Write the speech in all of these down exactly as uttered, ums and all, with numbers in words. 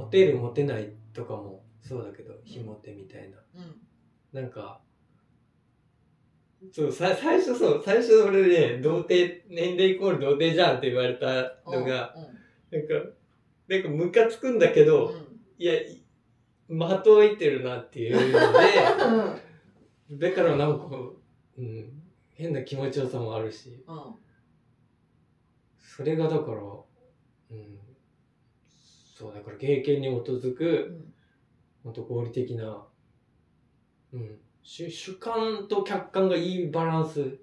てるモテないとかもそうだけど、非モテみたいな、 うん、 なんかそうさ最初そう最初俺ね童貞年齢イコール童貞じゃんって言われたのが、 うんうん、 なんかなんかムカつくんだけど、 うん、 いや的をいてるなっていうのでだからなんか、うん、変な気持ちよさもあるし、 うん、 それがだから、うん、そうだから経験に基づく、もっと合理的な、うん、主, 主観と客観がいいバランス、うん、だ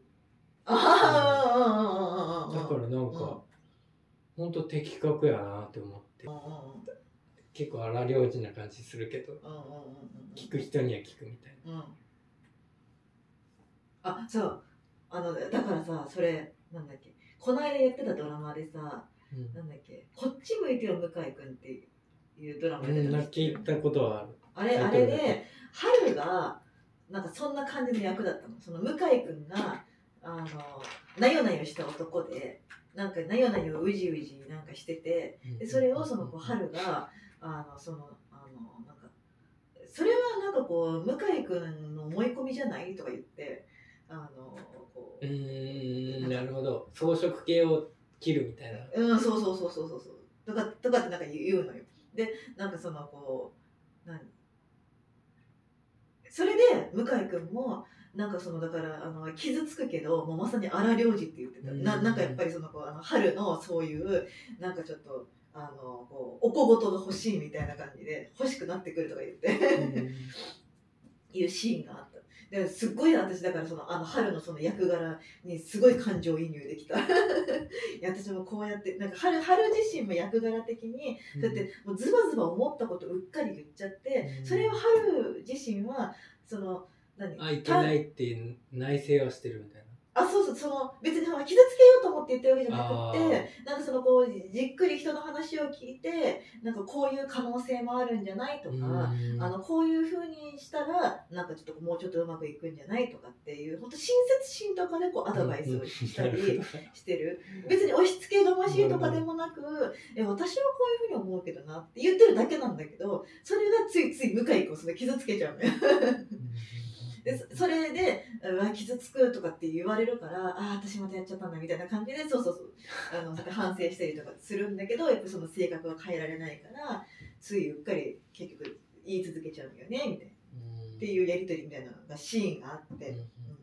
からなんか、うん、ほんと的確やなって思って、うんうんうん、結構荒療治な感じするけど、うんうんうんうん、聞く人には聞くみたいな、うん、 あ、そうあのだからさ、それなんだっけ、この間やってたドラマでさ、うん、なんだっけ、こっち向いてよ向井くんっていうドラマで、 うん、聞いたことはある。 あれあれで春がなんかそんな感じの役だったの。その向井くんがあのなよなよした男で、なんかなよなようじうじなんかしてて、でそれをそのこう春があのそのあのなんかそれはなんかこう向井くんの思い込みじゃないとか言って、あのこうーん、なるほど、装飾系を切るみたいな、 うん、そうそうそうそうそうとかとかってなんか言うのよ。でなんかそのこう何それで向井くんもなんかそのだからあの傷つくけどもうまさに荒療治って言ってた。ななんかやっぱりそのこうあの春のそういうなんかちょっとあのこうお小言が欲しいみたいな感じで欲しくなってくるとか言っていうシーンがあった。ですっごい私だからそのあの春のその役柄にすごい感情移入できた。いや私もこうやってなんか春春自身も役柄的にだってもうズバズバ思ったことうっかり言っちゃって、それを春自身はその何あいけないって内省はしてるみたいな。 あ、そうそう、その別に傷つけようと思って言ってるわけじゃなくて、なんかそのこうじっくり人の話を聞いて、なんかこういう可能性もあるんじゃないとか、あのこういう風にしたらなんかちょっともうちょっとうまくいくんじゃないとかっていう本当親切心とかでこうアドバイスをしたりしてる。別に押し付けがましいとかでもなく、え私はこういう風に思うけどなって言ってるだけなんだけど、それがついつい向井君をそれ傷つけちゃうね。でそれでうわ傷つくとかって言われるから、ああ私またやっちゃったんだみたいな感じでそうそうそうあの反省したりとかするんだけど、やっぱその性格は変えられないからついうっかり結局言い続けちゃうんだよねみたいなっていうやり取りみたいなのがシーンがあって、うんうん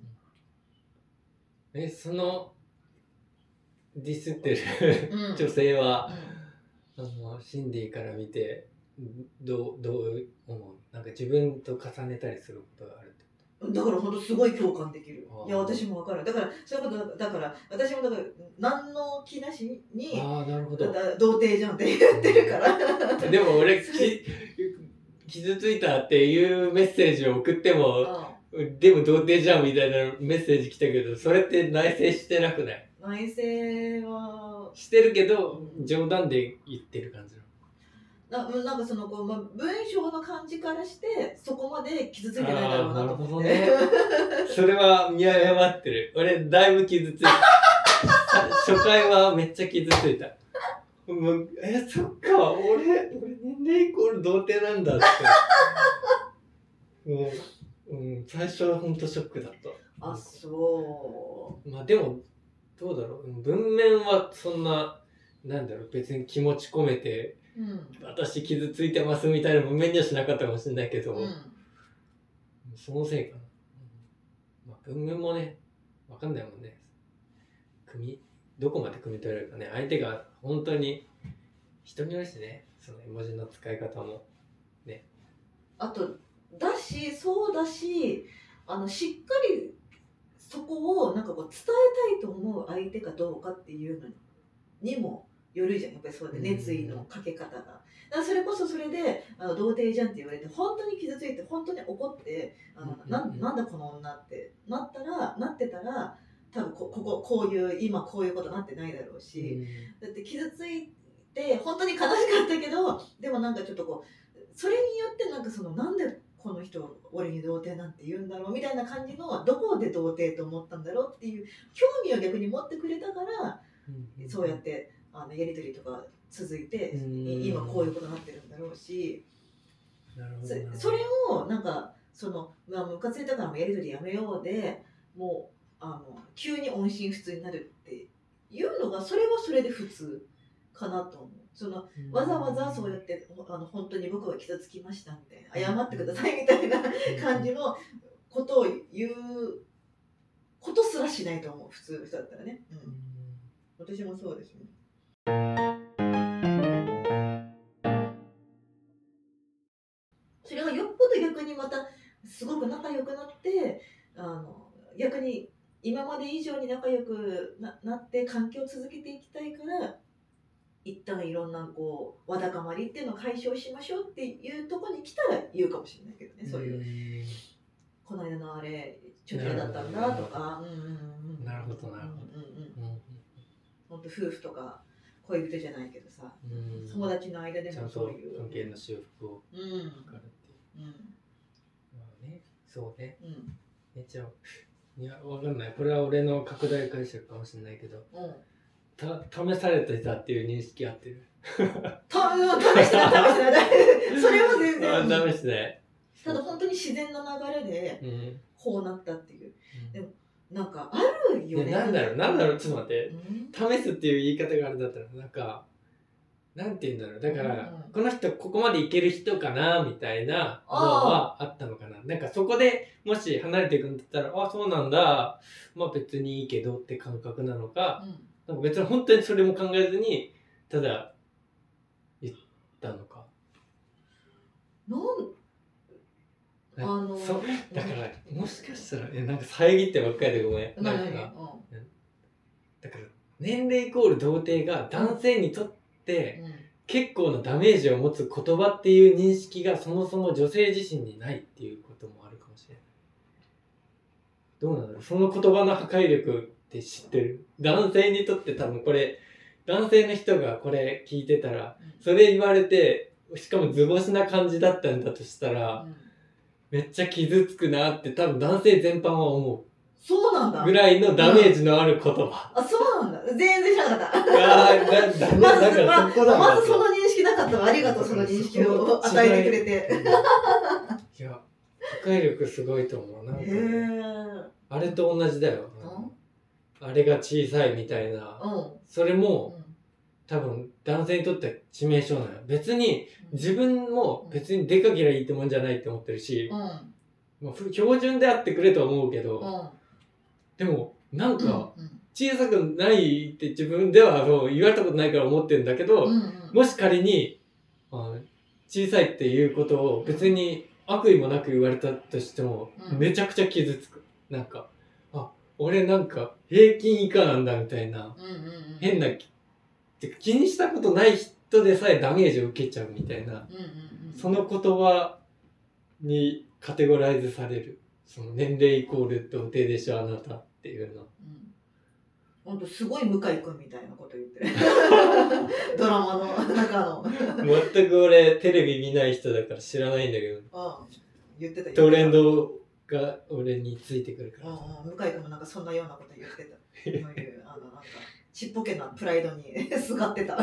うん、えそのディスってる、うん、女性は、うん、あのシンディから見てどうどう思う？なんか自分と重ねたりすることがあるって。 だから本当すごい共感できる。いや私も分かる。だからそういうことだから私もだから何の気なしにあなるほど童貞じゃんって言ってるから、 うん、でも俺傷ついたっていうメッセージを送っても、うん、でも童貞じゃんみたいなメッセージ来たけど、それって内省してなくない？ 内省はしてるけど、うん、冗談で言ってる感じ。 な, なんかそのこう、まあ、文章の感じからしてそこまで傷ついてないだろうなと思って、ね、 それは見誤ってる。俺だいぶ傷ついた初回はめっちゃ傷ついた。もうえそっか俺俺年齢イコール童貞なんだってもう、うん、最初はほんとショックだった。 あそうまあでもどうだろう、文面はそんななんだろう別に気持ち込めてうん、私傷ついてますみたいな文面にはしなかったかもしれないけど、うん、そのせいかな、うんまあ、文面もね分かんないもんね、組どこまで組み取れるかね、相手が本当に人によるしね、その絵文字の使い方もね、 あとだしそうだしあのしっかりそこをなんかこう伝えたいと思う相手かどうかっていうのにもよるじゃん、やっぱりそうで熱意のかけ方が。だからそれこそそれであの童貞じゃんって言われて本当に傷ついて本当に怒ってあの、うん、な, なんだこの女ってなったらなってたら多分 こ, こここういう今こういうことなってないだろうし、うん、だって傷ついて本当に悲しかったけどでもなんかちょっとこうそれによってなんかそのなんでこの人俺に童貞なんて言うんだろうみたいな感じのどこで童貞と思ったんだろうっていう興味を逆に持ってくれたから、うん、そうやってあのやり取りとか続いて今こういうことになってるんだろうし、 なるほどな。 それをなんかその、まあ、ムカついたからもやり取りやめようでもうあの急に音信不通になるっていうのがそれはそれで普通かなと思う。そのわざわざそうやってあの本当に僕は傷つきましたみたいな謝ってくださいみたいな感じのことを言うことすらしないと思う普通の人だったらね、うん、私もそうですね。それがよっぽど逆にまたすごく仲良くなってあの逆に今まで以上に仲良く な, なって関係を続けていきたいから一旦いろんなこうわだかまりっていうのを解消しましょうっていうところに来たら言うかもしれないけどね、そういうこの間のあれちょっと嫌だったんだとか、 なるほどなるほど、 本当夫婦とか恋人じゃないけどさ、うん、友達の間でもそういう関係の修復を図るっていう、うんうん、まあね、そうね、うん、えじゃあいやわかんない、これは俺の拡大解釈かもしれないけど、うん、た試されてたっていう認識合ってるた試してない試してないそれは全然試してない。 ただ本当に自然な流れでこうなったっていう、うん、でもなんかあるよね。 なんだろうなんだろうちょっと待って、うん、試すっていう言い方があれだったらなんかなんて言うんだろう、だから、うん、この人ここまでいける人かなみたいなのはあったのかな。なんかそこでもし離れていくんだったらあそうなんだまあ別にいいけどって感覚なのか、うん、なんか別に本当にそれも考えずにただ言ったのか。 なんあのそうだからもしかしたらえなんか遮ってばっかりでごめん。なんか、うん、だから年齢イコール童貞が男性にとって、うん、結構なダメージを持つ言葉っていう認識がそもそも女性自身にないっていうこともあるかもしれない。どうなんだろう、その言葉の破壊力って知ってる？男性にとって多分これ男性の人がこれ聞いてたら、うん、それ言われてしかも図星な感じだったんだとしたら、うん、めっちゃ傷つくなって多分男性全般は思う。 そうなんだ。 ぐらいのダメージのある言葉。うん、 あ、そうなんだ。全然知らなかった。 ああ、だ、だ、 まず、 だからそこだまずその認識なかったわ。ありがとう、その認識を与えてくれて。 いや、破壊力すごいと思う。なんか、ね、あれと同じだよ。うん、あれが小さいみたいな。うん、それも、うん、多分男性にとっては致命傷なのよ。別に自分も別に出かけりゃいいってもんじゃないって思ってるし、うん、まあ、標準であってくれとは思うけど、うん、でもなんか小さくないって自分ではそう言われたことないから思ってるんだけど、うんうん、もし仮にあ小さいっていうことを別に悪意もなく言われたとしても、うん、めちゃくちゃ傷つく。なんかあ俺なんか平均以下なんだみたいな、うんうんうん、変な気にしたことない人でさえダメージを受けちゃうみたいな、うんうんうん、その言葉にカテゴライズされる。その年齢イコール童貞でしょあなたっていうの。うん、 ほんとすごい向井くんみたいなこと言ってるドラマの中の全く俺テレビ見ない人だから知らないんだけど、 ああ言ってたトレンドが俺についてくるから、 ああ向井くんもなんかそんなようなこと言ってたそういうあのなんかちっぽけなプライドにすがってた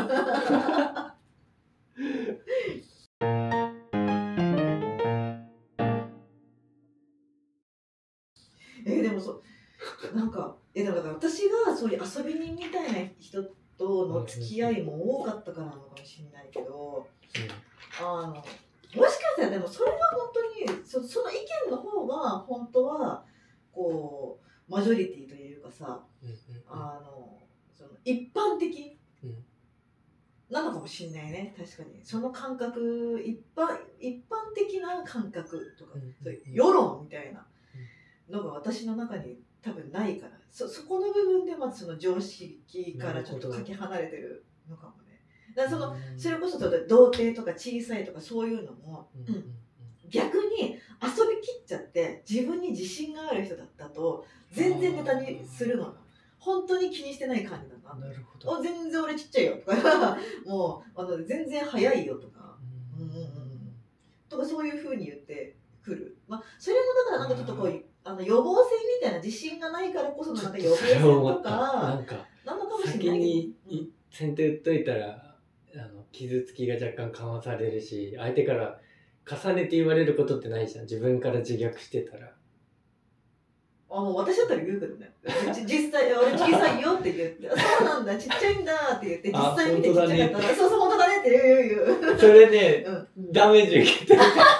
えー、でもそなんかえだから私がそういう遊び人みたいな人との付き合いも多かったからなのかもしれないけど、うん、あのもしかしたらでもそれが本当に そ, その意見の方が本当はこうマジョリティというかさ、うんうんうん、あのその一般的、うん、なのかもしれないね。確かにその感覚一般一般的な感覚とか、うんうんうん、そういう世論みたいなのが私の中に多分ないから、 そ, そこの部分でまずその常識からちょっとかけ離れてるのかもね。だからそのそれこそ童貞とか小さいとかそういうのも、うんうん、逆に遊びきっちゃって自分に自信がある人だったと全然ネタにするの。本当に気にしてない感じだな。 なるほど。 全然俺ちっちゃいよとかもうあの全然早いよとか、うんうんうん、とかそういう風に言ってくる。まあそれもだからなんかちょっとこうあの予防線みたいな自信がないからこそのなんか予防線とかなんかなのかもしれない。先に先手打っといたらあの傷つきが若干緩和されるし、相手から重ねて言われることってないじゃん、自分から自虐してたら。 あ、もう私だったら言うけどね。実際、俺小さいよって言って、そうなんだ、ちっちゃいんだって言って、実際見てちっちゃかったら、そうそう、本当だねって言う言う言う。 それね、 うん、 ダメージ受けてる。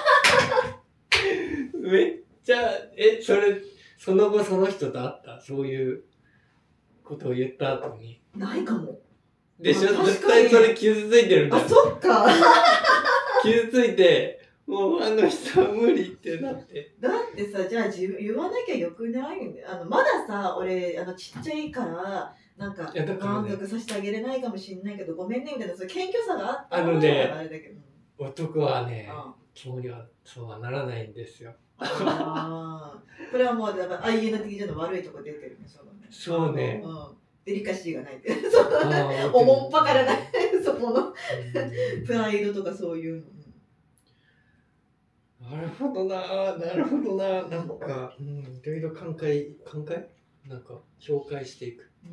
めっちゃ、え、それ、その後その人と会ったそういうことを言った後に。 ないかも。 でしょ、絶対それ傷ついてるんだよ。 あ、そっか。 傷ついて、もうあの人は無理ってなって。 だってさ、じゃあ自分言わなきゃよくないんだよ。あのまださ、俺あのちっちゃいからなんか満足させてあげれないかもしれないけど、ごめんねみたいなそういう謙虚さがあったらあのね、 あれだけど、 男はね、肝にはそうはならないんですよ。 ああ、これはもうだから アイエヌティー 上の悪いとこ出てるね、そうね。 そうね。 うん、デリカシーがないって。おもんぱからないそこのプライドとかそういうの。 なるほどな、なるほどな、なんか、うん、いろいろ考え、考えなんか、評価していく。うん、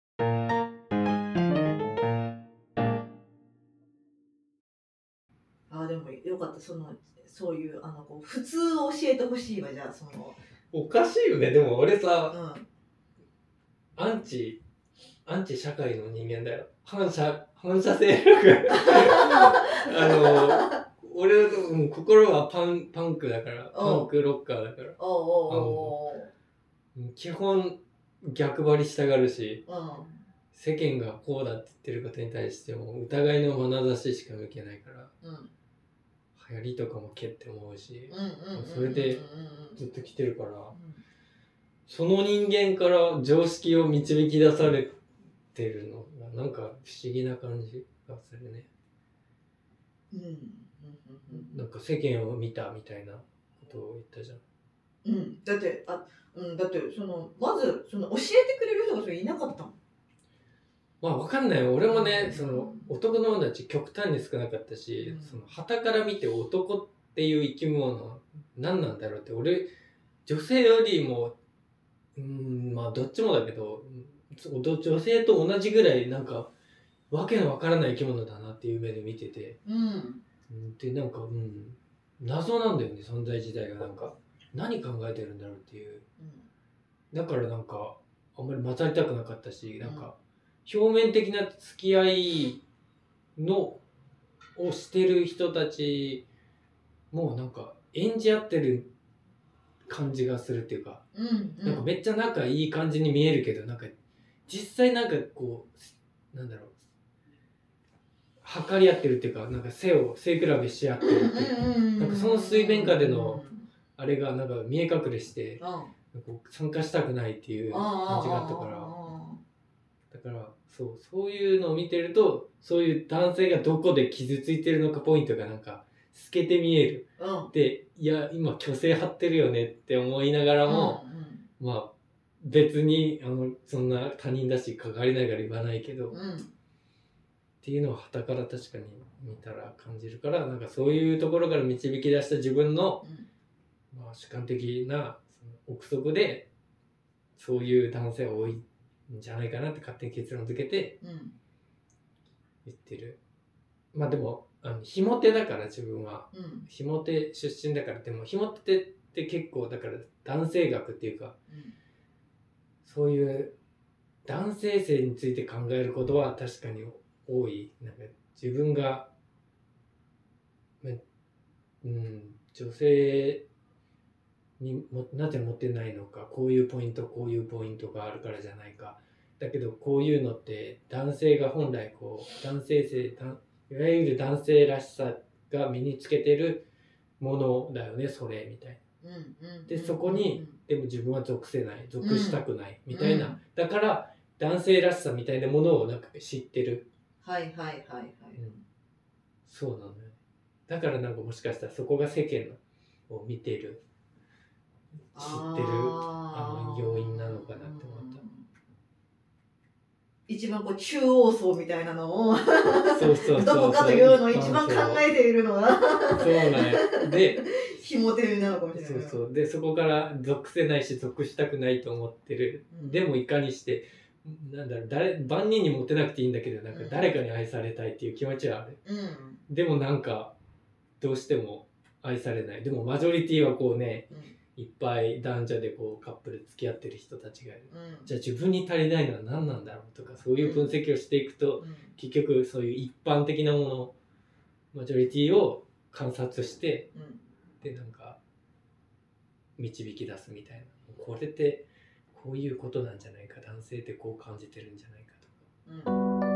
あ、でもよかった、その、そういう、あの、こう、普通を教えてほしいわ、じゃあ、その。 おかしいよね、でも俺さ、 うん、 アンチ、アンチ社会の人間だよ。反射、反射性力。あの、俺の心はパン、パンクだから、パンクロッカーだから。 おうおうおう、基本逆張りしたがるし、 うん、 世間がこうだって言ってることに対しても疑いの眼差ししか向けないから、うん、流行りとかもけって思うし、それでずっと来てるから、うん、その人間から常識を導き出されてるのがなんか不思議な感じがするね。うん、なんか世間を見たみたいなことを言ったじゃん。 うん、だってあ、うん、だってそのまずその教えてくれる人がそれいなかったもん。 まあわかんない。俺もね、その男の友達極端に少なかったし、うん、その傍から見て男っていう生き物何なんだろうって、俺女性よりもうーんまあどっちもだけど、女性と同じぐらいなんかわけのわからない生き物だなっていう目で見てて、うん、でなんか、うん、謎なんだよね、存在自体が。なんか何考えてるんだろうっていう、うん、だからなんかあんまり混ざりたくなかったし、なんか表面的な付き合いのをしてる人たちもなんか演じ合ってる感じがするっていうか、うんうん、なんかめっちゃ仲いい感じに見えるけど、なんか実際なんかこうなんだろう、測り合ってるっていうか、なんか背を背比べし合ってるっていう、なんかその水面下でのあれがなんか見え隠れして、なんか参加したくないっていう感じがあったから、だからそうそういうのを見てると、そういう男性がどこで傷ついてるのかポイントがなんか透けて見える、うん、で、いや今虚勢張ってるよねって思いながらも、うんうん、まあ別にあのそんな他人だし関わりないから言わないけど、うん、っていうのを傍から確かに見たら感じるから、なんかそういうところから導き出した自分の、うん、まあ、主観的なその憶測でそういう男性は多いんじゃないかなって勝手に結論付けて言ってる、うん、まあでもあのひも手だから自分は、うん、ひも手出身だから。でもひも手って結構だから男性学っていうか、うん、そういう男性性について考えることは確かに多い。なんか自分が、うん、女性にもなぜ持ってないのか、こういうポイントこういうポイントがあるからじゃないか、だけどこういうのって男性が本来こう男性性、いわゆる男性らしさが身につけてるものだよねそれみたいな、うんうん、でそこにでも自分は属せない、属したくないみたいな、うん、だから男性らしさみたいなものをなんか知ってる。 はいはいはいはい、うん、 そうなんだよね。だからなんかもしかしたらそこが世間を見てる、知ってるあの要因なのかなって思った。 一番こう中央層みたいなのをどこかというのを一番考えているのはそうなんでひも手なのかもしれない。 そうそうでそこから属せないし属したくないと思ってる、うん、でもいかにしてなんだろう誰万人にモテなくていいんだけどなんか誰かに愛されたいっていう気持ちはある、 うん、 でもなんかどうしても愛されない。でもマジョリティはこうね、うん、いっぱい男女でこうカップル付き合ってる人たちがいる、うん、じゃあ自分に足りないのは何なんだろうとかそういう分析をしていくと、うん、結局そういう一般的なものマジョリティを観察して、うん、でなんか導き出すみたいな、これってこういうことなんじゃないか、男性ってこう感じてるんじゃないかとか、うん